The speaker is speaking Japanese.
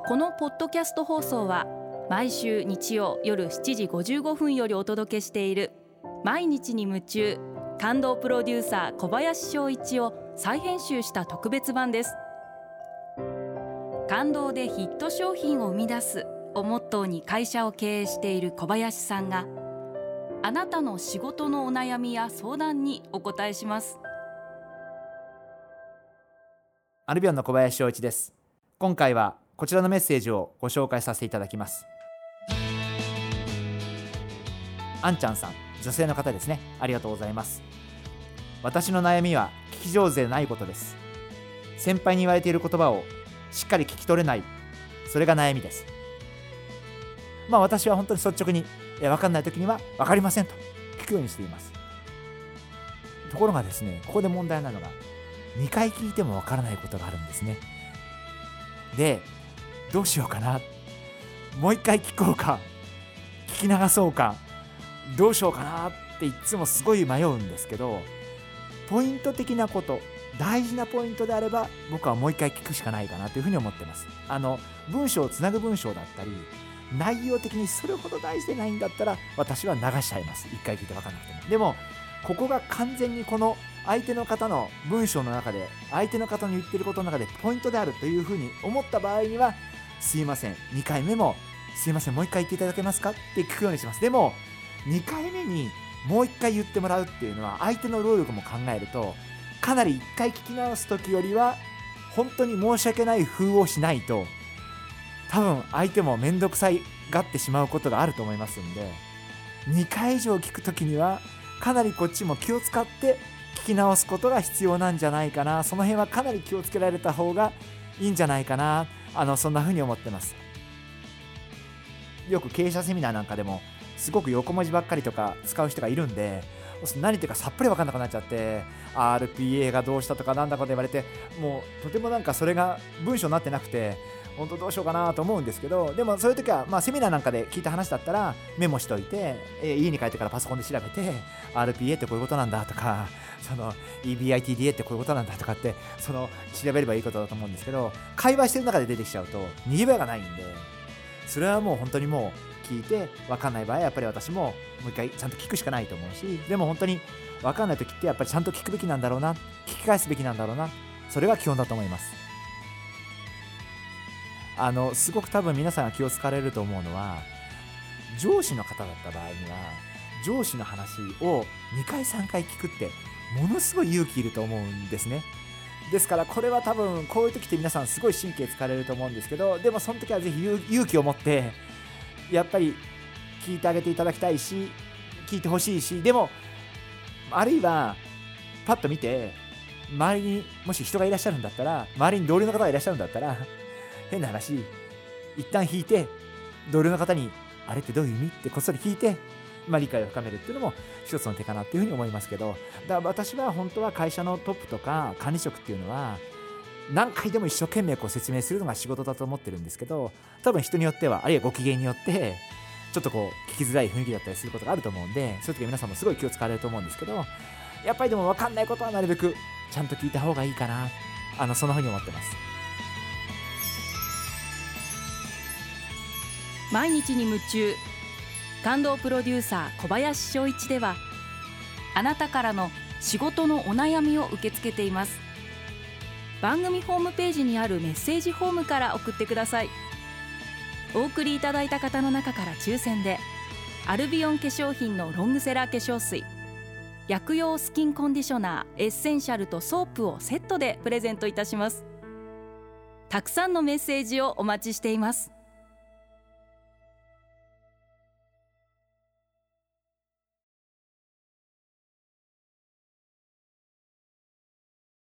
このポッドキャスト放送は毎週日曜夜7時55分よりお届けしている毎日に夢中感動プロデューサー小林翔一を再編集した特別版です。感動でヒット商品を生み出すをモットーに会社を経営している小林さんが、あなたの仕事のお悩みや相談にお答えします。 アルビオンの小林翔一です。今回はこちらのメッセージをご紹介させていただきます。あんちゃんさん、女性の方ですね。ありがとうございます。私の悩みは聞き上手でないことです。先輩に言われている言葉をしっかり聞き取れない、それが悩みです。私は本当に率直に分かんない時には分かりませんと聞くようにしています。ところがですね、ここで問題なのが2回聞いても分からないことがあるんですね。で、どうしようかな、もう一回聞こうか、聞き流そうか、どうしようかなっていつもすごい迷うんですけど、ポイント的なこと、大事なポイントであれば僕はもう一回聞くしかないかなというふうに思ってます。文章をつなぐ文章だったり内容的にそれほど大事でないんだったら私は流しちゃいます。一回聞いて分かんなくても。でもここが完全にこの相手の方の文章の中で、相手の方の言ってることの中でポイントであるというふうに思った場合には、すいません、2回目もすいません、もう一回言っていただけますかって聞くようにします。でも2回目にもう一回言ってもらうっていうのは相手の労力も考えると、かなり1回聞き直す時よりは本当に申し訳ない風をしないと、多分相手もめんどくさいがってしまうことがあると思いますんで、2回以上聞く時にはかなりこっちも気を使って聞き直すことが必要なんじゃないかな。その辺はかなり気をつけられた方がいいんじゃないかな、そんな風に思ってます。よく経営者セミナーなんかでもすごく横文字ばっかりとか使う人がいるんで、何言ってるかさっぱり分かんなくなっちゃって、 RPA がどうしたとかなんだかと言われて、もうとてもそれが文章になってなくて本当どうしようかなと思うんですけど、でもそういう時はセミナーなんかで聞いた話だったらメモしといて、家に帰ってからパソコンで調べて RPA ってこういうことなんだとか、EBITDA ってこういうことなんだとかって調べればいいことだと思うんですけど、会話してる中で出てきちゃうと逃げ場がないんで、それはもう本当にもう聞いて分かんない場合はやっぱり私ももう一回ちゃんと聞くしかないと思うし、でも本当に分かんない時ってやっぱりちゃんと聞くべきなんだろうな、聞き返すべきなんだろうな、それが基本だと思います。すごく多分皆さんが気を使われると思うのは、上司の方だった場合には上司の話を2回3回聞くってものすごい勇気いると思うんですね。ですからこれは多分こういう時って皆さんすごい神経使われると思うんですけど、でもその時はぜひ勇気を持ってやっぱり聞いてあげていただきたいし、聞いてほしいし、でもあるいはパッと見て周りにもし人がいらっしゃるんだったら、周りに同僚の方がいらっしゃるんだったら、変な話一旦引いて同僚の方にあれってどういう意味ってこっそり聞いて、理解を深めるっていうのも一つの手かなっていうふうに思いますけど、だから私は本当は会社のトップとか管理職っていうのは何回でも一生懸命説明するのが仕事だと思ってるんですけど、多分人によっては、あるいはご機嫌によってちょっと聞きづらい雰囲気だったりすることがあると思うんで、そういう時は皆さんもすごい気を使われると思うんですけど、やっぱりでも分かんないことはなるべくちゃんと聞いた方がいいかな、そんな風に思ってます。 毎日に夢中感動プロデューサー小林翔一では、あなたからの仕事のお悩みを受け付けています。番組ホームページにあるメッセージフォームから送ってください。お送りいただいた方の中から抽選でアルビオン化粧品のロングセラー化粧水、薬用スキンコンディショナーエッセンシャルとソープをセットでプレゼントいたします。たくさんのメッセージをお待ちしています。